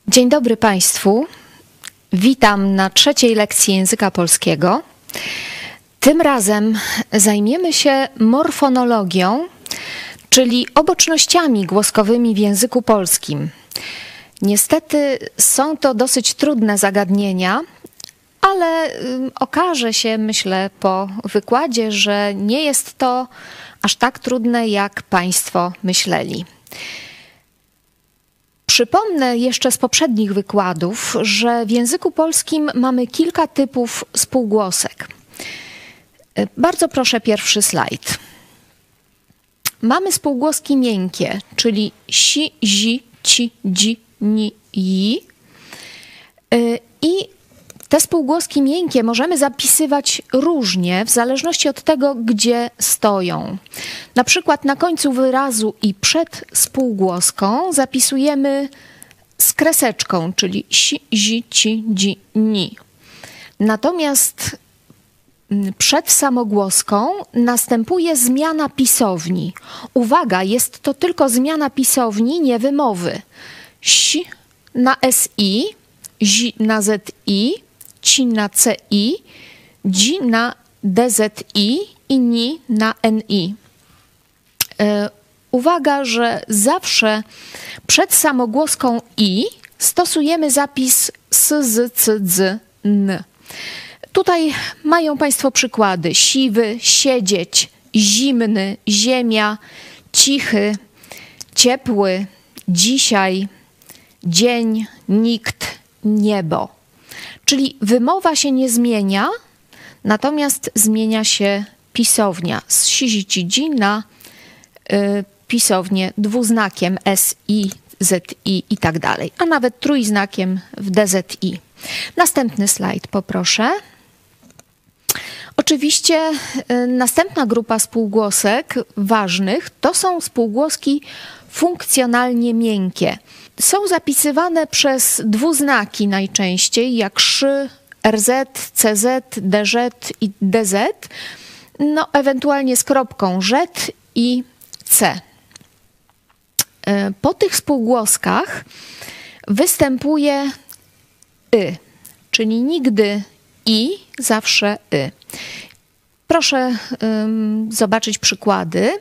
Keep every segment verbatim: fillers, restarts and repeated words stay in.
Dzień dobry Państwu. Witam na trzeciej lekcji języka polskiego. Tym razem zajmiemy się morfonologią, czyli okażnościami głoskowymi w języku polskim. Niestety są to dosyć trudne zagadnienia, ale okaże się, myślę, po wykładzie, że nie jest to aż tak trudne, jak Państwo myśleli. Przypomnę jeszcze z poprzednich wykładów, że w języku polskim mamy kilka typów spółgłosek. Bardzo proszę pierwszy slajd. Mamy spółgłoski miękkie, czyli si, zi, ci, dzi, ni, ji. I te spółgłoski miękkie możemy zapisywać różnie, w zależności od tego, gdzie stoją. Na przykład na końcu wyrazu i przed spółgłoską zapisujemy z kreseczką, czyli si, zi, ci, dzi, ni. Natomiast przed samogłoską następuje zmiana pisowni. Uwaga, jest to tylko zmiana pisowni, nie wymowy. Si na si, zi na zi, ci na ci, dzi na dzi i ni na ni. Uwaga, że zawsze przed samogłoską i stosujemy zapis s, z, c, dz, n. Tutaj mają Państwo przykłady. Siwy, siedzieć, zimny, ziemia, cichy, ciepły, dzisiaj, dzień, nikt, niebo. Czyli wymowa się nie zmienia, natomiast zmienia się pisownia z si, ci, dzi na y, pisownię dwuznakiem s, i, z, i i tak dalej, a nawet trójznakiem w d, z, i. Następny slajd poproszę. Oczywiście y, następna grupa spółgłosek ważnych to są spółgłoski funkcjonalnie miękkie. Są zapisywane przez dwuznaki najczęściej, jak szy, rz, cz, dż i dz, no ewentualnie z kropką rzet i c. Po tych spółgłoskach występuje y, czyli nigdy i, zawsze y. Proszę ym, zobaczyć przykłady.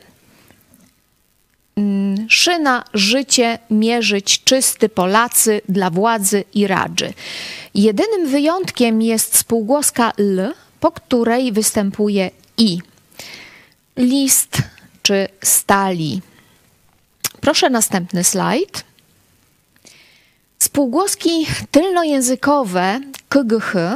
Szyna, życie, mierzyć, czysty, Polacy, dla władzy i radży. Jedynym wyjątkiem jest spółgłoska l, po której występuje i. List czy stali. Proszę następny slajd. Spółgłoski tylnojęzykowe k, g, h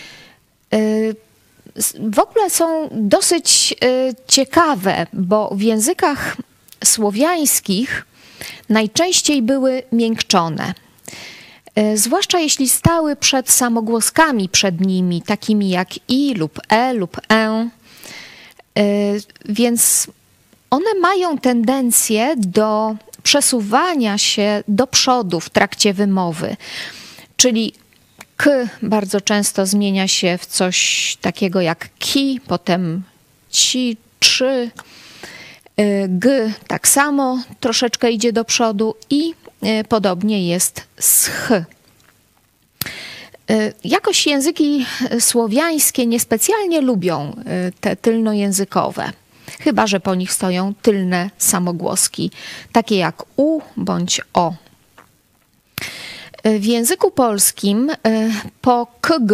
w ogóle są dosyć ciekawe, bo w językach słowiańskich najczęściej były miękczone. Zwłaszcza jeśli stały przed samogłoskami przed nimi, takimi jak i lub e lub e. Więc one mają tendencję do przesuwania się do przodu w trakcie wymowy. Czyli k bardzo często zmienia się w coś takiego jak ki, potem ci, trzy. G tak samo troszeczkę idzie do przodu i podobnie jest z ch. Jakoś języki słowiańskie niespecjalnie lubią te tylnojęzykowe, chyba że po nich stoją tylne samogłoski, takie jak u bądź o. W języku polskim po kg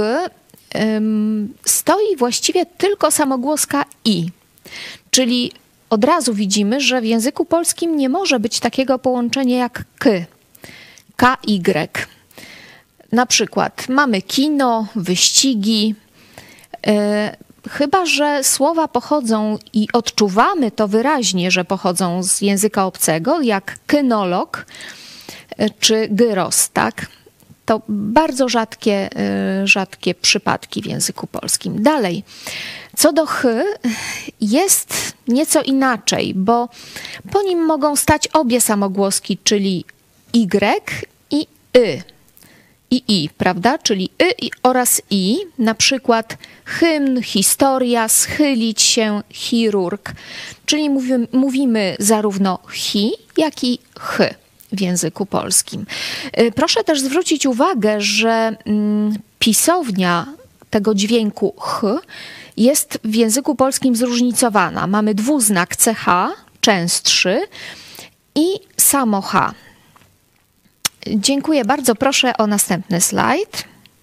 stoi właściwie tylko samogłoska i, czyli od razu widzimy, że w języku polskim nie może być takiego połączenia jak k, ky. Na przykład mamy kino, wyścigi, yy, chyba że słowa pochodzą i odczuwamy to wyraźnie, że pochodzą z języka obcego, jak kynolog yy, czy gyros, tak? To bardzo rzadkie, yy, rzadkie przypadki w języku polskim. Dalej. Co do ch, jest nieco inaczej, bo po nim mogą stać obie samogłoski, czyli y i y. I i, prawda? Czyli y oraz i, na przykład hymn, historia, schylić się, chirurg. Czyli mówimy, mówimy zarówno chi, jak i ch. w języku polskim. Proszę też zwrócić uwagę, że pisownia tego dźwięku ch jest w języku polskim zróżnicowana. Mamy dwuznak ch, częstszy, i samo h. Dziękuję bardzo. Proszę o następny slajd.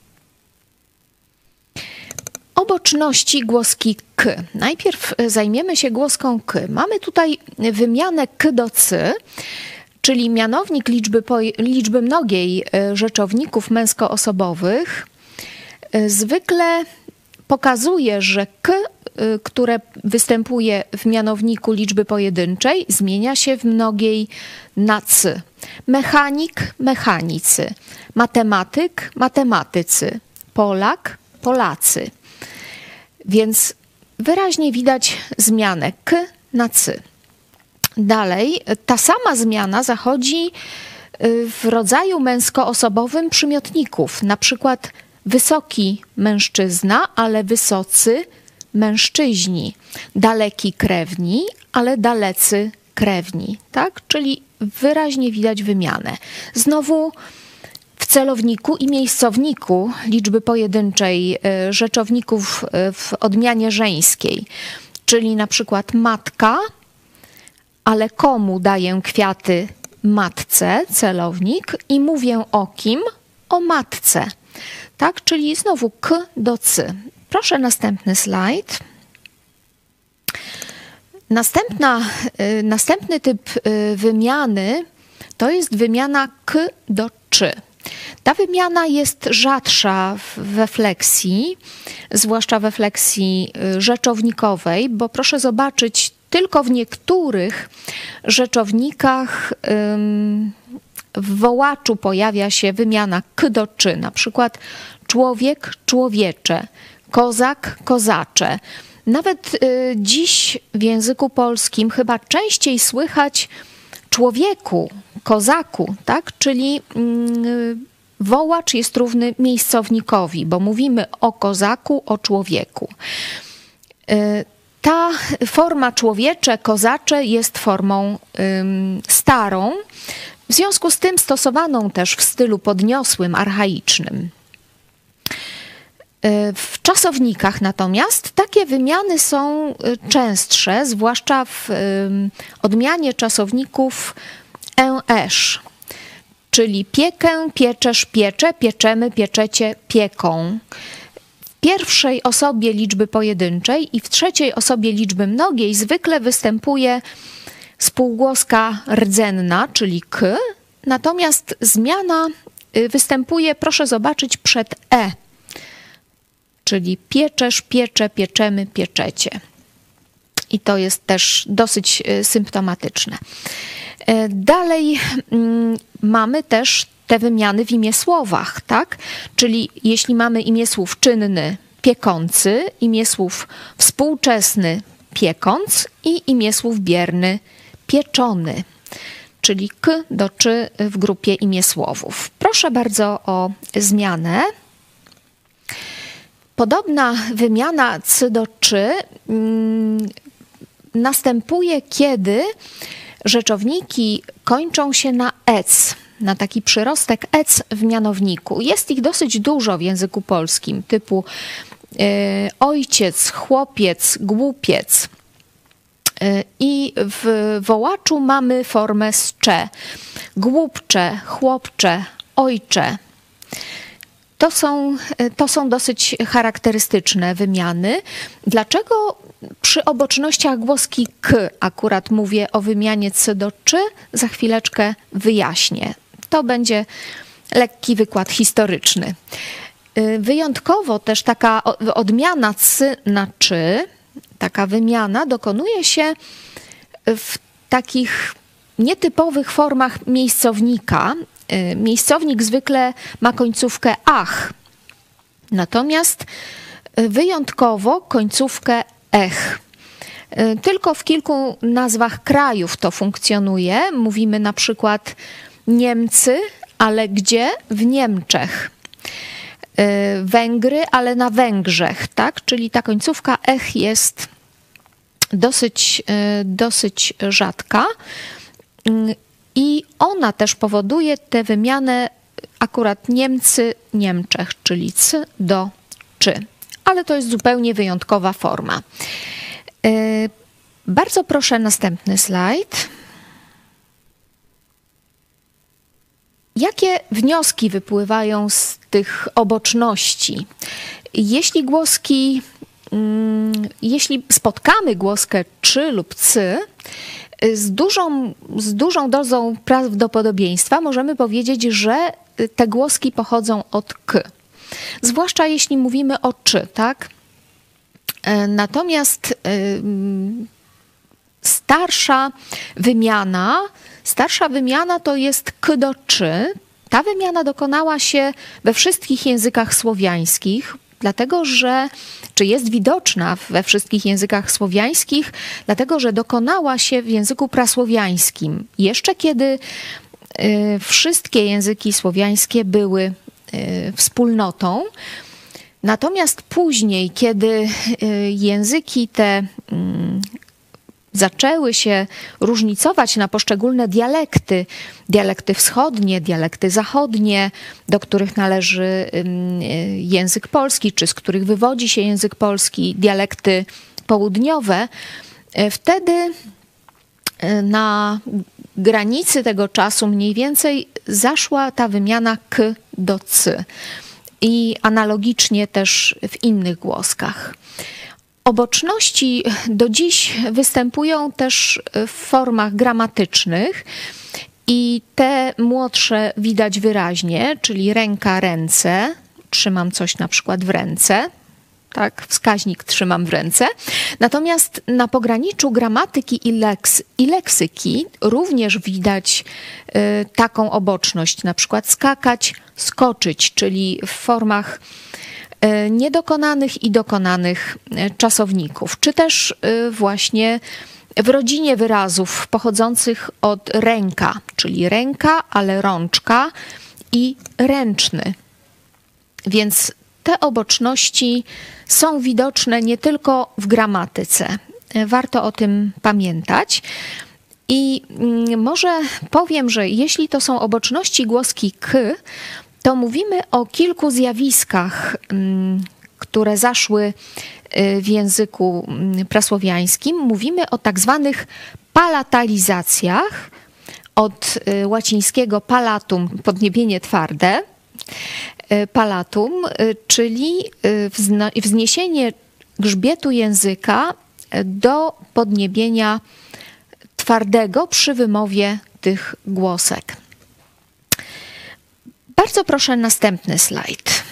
Oboczności głoski k. Najpierw zajmiemy się głoską k. Mamy tutaj wymianę k do c, czyli mianownik liczby, liczby mnogiej rzeczowników męskoosobowych. Zwykle pokazuje, że k, które występuje w mianowniku liczby pojedynczej, zmienia się w mnogiej na c. Mechanik, mechanicy. Matematyk, matematycy. Polak, Polacy. Więc wyraźnie widać zmianę k na c. Dalej, ta sama zmiana zachodzi w rodzaju męskoosobowym przymiotników. Na przykład wysoki mężczyzna, ale wysocy mężczyźni. Daleki krewni, ale dalecy krewni. Tak? Czyli wyraźnie widać wymianę. Znowu w celowniku i miejscowniku liczby pojedynczej rzeczowników w odmianie żeńskiej, czyli na przykład matka, ale komu daję kwiaty? Matce, celownik, i mówię o kim? O matce. Tak, czyli znowu k do c. Proszę następny slajd. Następna, następny typ wymiany to jest wymiana k do czy. Ta wymiana jest rzadsza we fleksji, zwłaszcza we fleksji rzeczownikowej, bo proszę zobaczyć, tylko w niektórych rzeczownikach w wołaczu pojawia się wymiana k do czy, na przykład człowiek, człowiecze, kozak, kozacze. Nawet dziś w języku polskim chyba częściej słychać człowieku, kozaku, tak? Czyli wołacz jest równy miejscownikowi, bo mówimy o kozaku, o człowieku. Ta forma człowiecze, kozacze jest formą ym, starą, w związku z tym stosowaną też w stylu podniosłym, archaicznym. W czasownikach natomiast takie wymiany są częstsze, zwłaszcza w odmianie czasowników ę-esz, czyli piekę, pieczesz, pieczę, pieczemy, pieczecie, pieką. W pierwszej osobie liczby pojedynczej i w trzeciej osobie liczby mnogiej zwykle występuje spółgłoska rdzenna, czyli k, natomiast zmiana występuje, proszę zobaczyć, przed e, czyli pieczesz, piecze, pieczemy, pieczecie. I to jest też dosyć symptomatyczne. Dalej mamy też te wymiany w imiesłowach, tak? Czyli jeśli mamy imiesłów czynny, piekący, imiesłów współczesny, piekąc, i imiesłów bierny, pieczony, czyli k do czy w grupie imiesłowów. Proszę bardzo o zmianę. Podobna wymiana c do czy mm, następuje, kiedy rzeczowniki kończą się na ec, na taki przyrostek ec w mianowniku. Jest ich dosyć dużo w języku polskim, typu y, ojciec, chłopiec, głupiec. Y, I w wołaczu mamy formę z cze. Głupcze, chłopcze, ojcze. To są, to są dosyć charakterystyczne wymiany. Dlaczego przy obocznościach głoski k akurat mówię o wymianie c do czy? Za chwileczkę wyjaśnię. To będzie lekki wykład historyczny. Wyjątkowo też taka odmiana c na czy, taka wymiana dokonuje się w takich nietypowych formach miejscownika. Miejscownik zwykle ma końcówkę ach, natomiast wyjątkowo końcówkę ech. Tylko w kilku nazwach krajów to funkcjonuje. Mówimy na przykład Niemcy, ale gdzie? W Niemczech. Węgry, ale na Węgrzech, tak? Czyli ta końcówka ech jest dosyć, dosyć rzadka. i ona też powoduje tę wymianę akurat Niemcy, Niemczech, czyli c do czy. Ale to jest zupełnie wyjątkowa forma. Bardzo proszę następny slajd. Jakie wnioski wypływają z tych oboczności? Jeśli głoski, jeśli spotkamy głoskę czy lub cy, z dużą, z dużą dozą prawdopodobieństwa możemy powiedzieć, że te głoski pochodzą od k. Zwłaszcza jeśli mówimy o czy, tak? Natomiast starsza wymiana, starsza wymiana to jest k do czy. Ta wymiana dokonała się we wszystkich językach słowiańskich, dlatego że, czy jest widoczna we wszystkich językach słowiańskich, dlatego że dokonała się w języku prasłowiańskim. Jeszcze kiedy y, wszystkie języki słowiańskie były y, wspólnotą, natomiast później, kiedy y, języki te y, zaczęły się różnicować na poszczególne dialekty, dialekty wschodnie, dialekty zachodnie, do których należy język polski, czy z których wywodzi się język polski, dialekty południowe, wtedy na granicy tego czasu mniej więcej zaszła ta wymiana k do cy i analogicznie też w innych głoskach. Oboczności do dziś występują też w formach gramatycznych i te młodsze widać wyraźnie, czyli ręka, ręce, trzymam coś na przykład w ręce, tak, wskaźnik trzymam w ręce. Natomiast na pograniczu gramatyki i, leks, i leksyki również widać y, taką oboczność, na przykład skakać, skoczyć, czyli w formach niedokonanych i dokonanych czasowników, czy też właśnie w rodzinie wyrazów pochodzących od ręka, czyli ręka, ale rączka i ręczny. Więc te oboczności są widoczne nie tylko w gramatyce. Warto o tym pamiętać. I może powiem, że jeśli to są oboczności głoski k, to mówimy o kilku zjawiskach, które zaszły w języku prasłowiańskim. Mówimy o tak zwanych palatalizacjach, od łacińskiego palatum, podniebienie twarde, palatum, czyli wzniesienie grzbietu języka do podniebienia twardego przy wymowie tych głosek. Bardzo proszę następny slajd.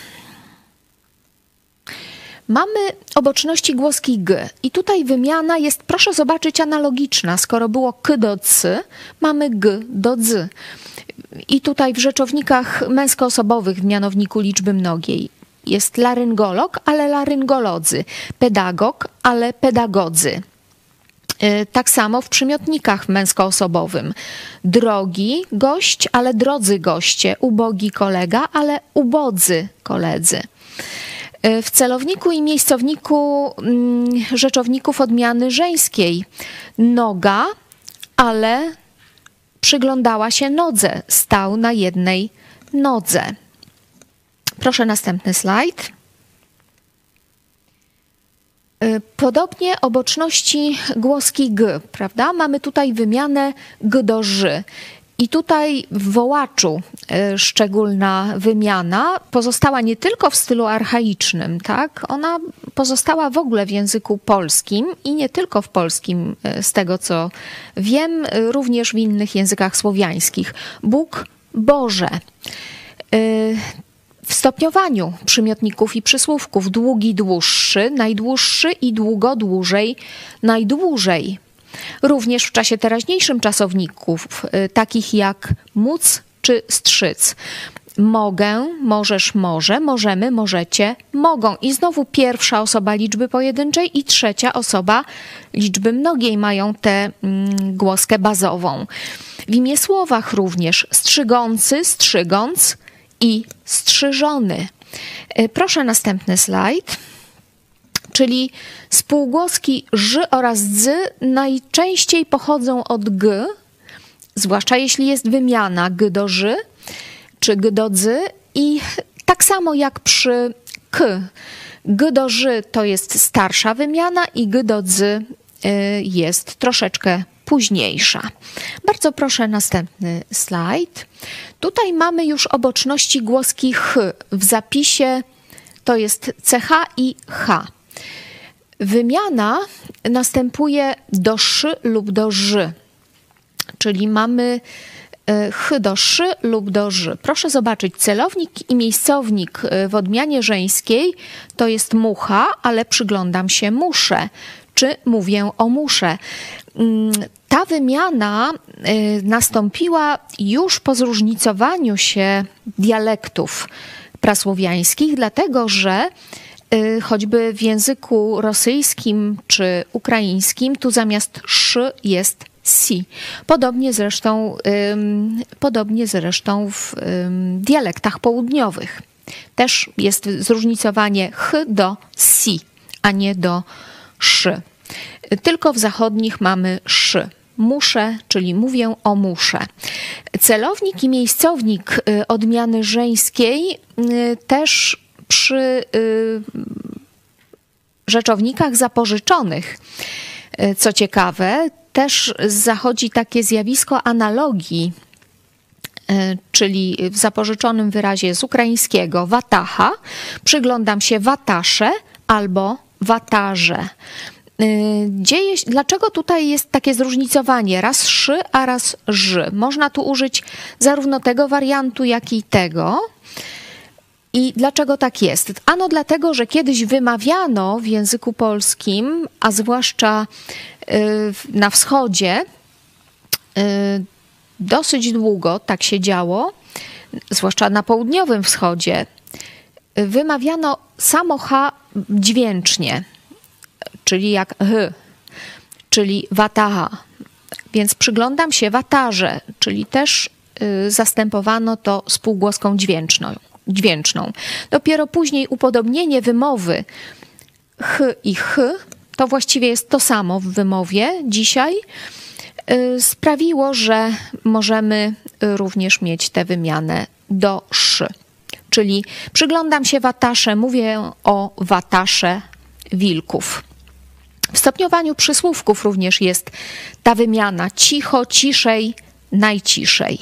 Mamy oboczności głoski g i tutaj wymiana jest, proszę zobaczyć, analogiczna. Skoro było k do c, mamy g do dz. I tutaj w rzeczownikach męskoosobowych w mianowniku liczby mnogiej jest laryngolog, ale laryngolodzy, pedagog, ale pedagodzy. Tak samo w przymiotnikach męskoosobowym. Drogi gość, ale drodzy goście. Ubogi kolega, ale ubodzy koledzy. W celowniku i miejscowniku rzeczowników odmiany żeńskiej. Noga, ale przyglądała się nodze. Stał na jednej nodze. Proszę następny slajd. Podobnie oboczności głoski g, prawda? Mamy tutaj wymianę g do ż. I tutaj w wołaczu szczególna wymiana pozostała nie tylko w stylu archaicznym, tak? Ona pozostała w ogóle w języku polskim i nie tylko w polskim, z tego co wiem, również w innych językach słowiańskich. Bóg, Boże. W stopniowaniu przymiotników i przysłówków długi, dłuższy, najdłuższy i długo, dłużej, najdłużej. Również w czasie teraźniejszym czasowników, takich jak móc czy strzyc. Mogę, możesz, może, możemy, możecie, mogą. I znowu pierwsza osoba liczby pojedynczej i trzecia osoba liczby mnogiej mają tę mm, głoskę bazową. W imiesłowach również strzygący, strzygąc i strzyżony. Proszę następny slajd. Czyli spółgłoski ż oraz dz najczęściej pochodzą od g, zwłaszcza jeśli jest wymiana g do ży czy g do dzy i tak samo jak przy k, g do ży to jest starsza wymiana i g do dzy jest troszeczkę późniejsza. Bardzo proszę następny slajd. Tutaj mamy już oboczności głoski ch. W zapisie to jest ch i h. Wymiana następuje do szy lub do ży, czyli mamy ch do szy lub do ży. Proszę zobaczyć, celownik i miejscownik w odmianie żeńskiej to jest mucha, ale przyglądam się muszę, czy mówię o muszę. Ta wymiana nastąpiła już po zróżnicowaniu się dialektów prasłowiańskich, dlatego że choćby w języku rosyjskim czy ukraińskim tu zamiast szy jest si. Podobnie zresztą, podobnie zresztą w dialektach południowych. Też jest zróżnicowanie ch do si, a nie do szy. Tylko w zachodnich mamy szy. Muszę, czyli mówię o muszę. Celownik i miejscownik odmiany żeńskiej też przy rzeczownikach zapożyczonych, co ciekawe, też zachodzi takie zjawisko analogii, czyli w zapożyczonym wyrazie z ukraińskiego watacha przyglądam się watasze albo watarze. Dzieje się, dlaczego tutaj jest takie zróżnicowanie? Raz szy, a raz ży. Można tu użyć zarówno tego wariantu, jak i tego. I dlaczego tak jest? Ano dlatego, że kiedyś wymawiano w języku polskim, a zwłaszcza na wschodzie, dosyć długo tak się działo, zwłaszcza na południowym wschodzie, wymawiano samo H dźwięcznie, czyli jak h, czyli wataha. Więc przyglądam się watarze, czyli też zastępowano to spółgłoską dźwięczną. dźwięczną. Dopiero później upodobnienie wymowy ch i ch, to właściwie jest to samo w wymowie dzisiaj, sprawiło, że możemy również mieć tę wymianę do szy. Czyli przyglądam się watasze, mówię o watasze wilków. W stopniowaniu przysłówków również jest ta wymiana cicho, ciszej, najciszej.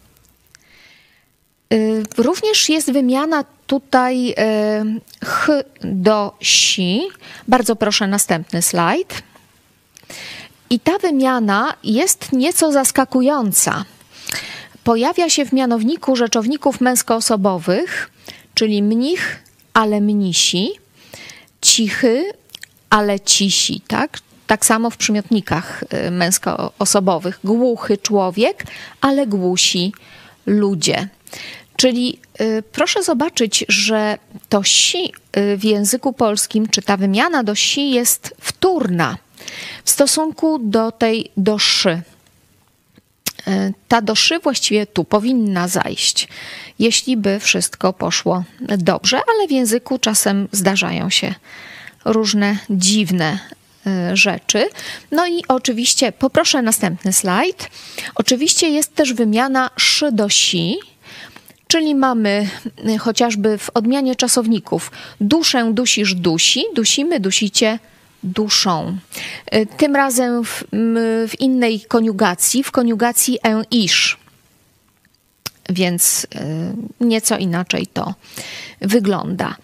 Również jest wymiana tutaj ch do si. Bardzo proszę następny slajd. I ta wymiana jest nieco zaskakująca. Pojawia się w mianowniku rzeczowników męskoosobowych, czyli mnich, ale mnisi, cichy, ale cisi, tak? Tak samo w przymiotnikach męskoosobowych. Głuchy człowiek, ale głusi ludzie. Czyli y, proszę zobaczyć, że to si w języku polskim, czy ta wymiana do si jest wtórna w stosunku do tej do szy. Y, ta do szy właściwie tu powinna zajść, jeśli by wszystko poszło dobrze, ale w języku czasem zdarzają się różne dziwne y, rzeczy. No i oczywiście, poproszę następny slajd. Oczywiście jest też wymiana szy do si, czyli mamy chociażby w odmianie czasowników duszę, dusisz, dusi, dusimy, dusicie, duszą. Tym razem w, w innej koniugacji, w koniugacji en isz. Więc nieco inaczej to wygląda.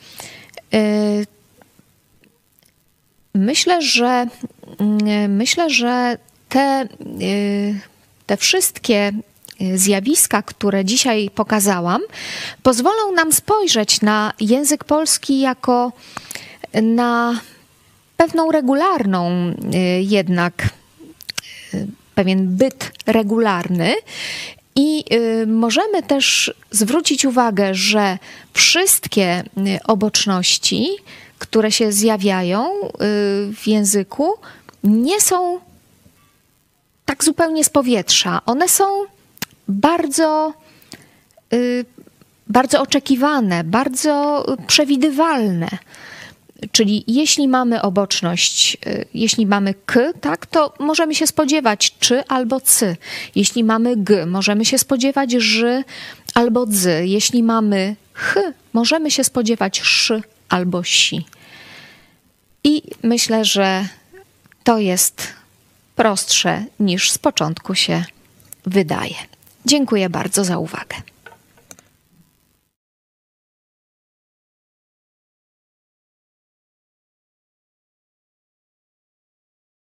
Myślę, że myślę, że te, te wszystkie zjawiska, które dzisiaj pokazałam, pozwolą nam spojrzeć na język polski jako na pewną regularną jednak, pewien byt regularny i możemy też zwrócić uwagę, że wszystkie oboczności, które się zjawiają w języku, nie są tak zupełnie z powietrza. One są bardzo, bardzo oczekiwane, bardzo przewidywalne. Czyli jeśli mamy oboczność, jeśli mamy k, tak, to możemy się spodziewać czy albo cy. Jeśli mamy g, możemy się spodziewać ży albo dzy. Jeśli mamy ch, możemy się spodziewać szy albo si. I myślę, że to jest prostsze niż z początku się wydaje. Dziękuję bardzo za uwagę.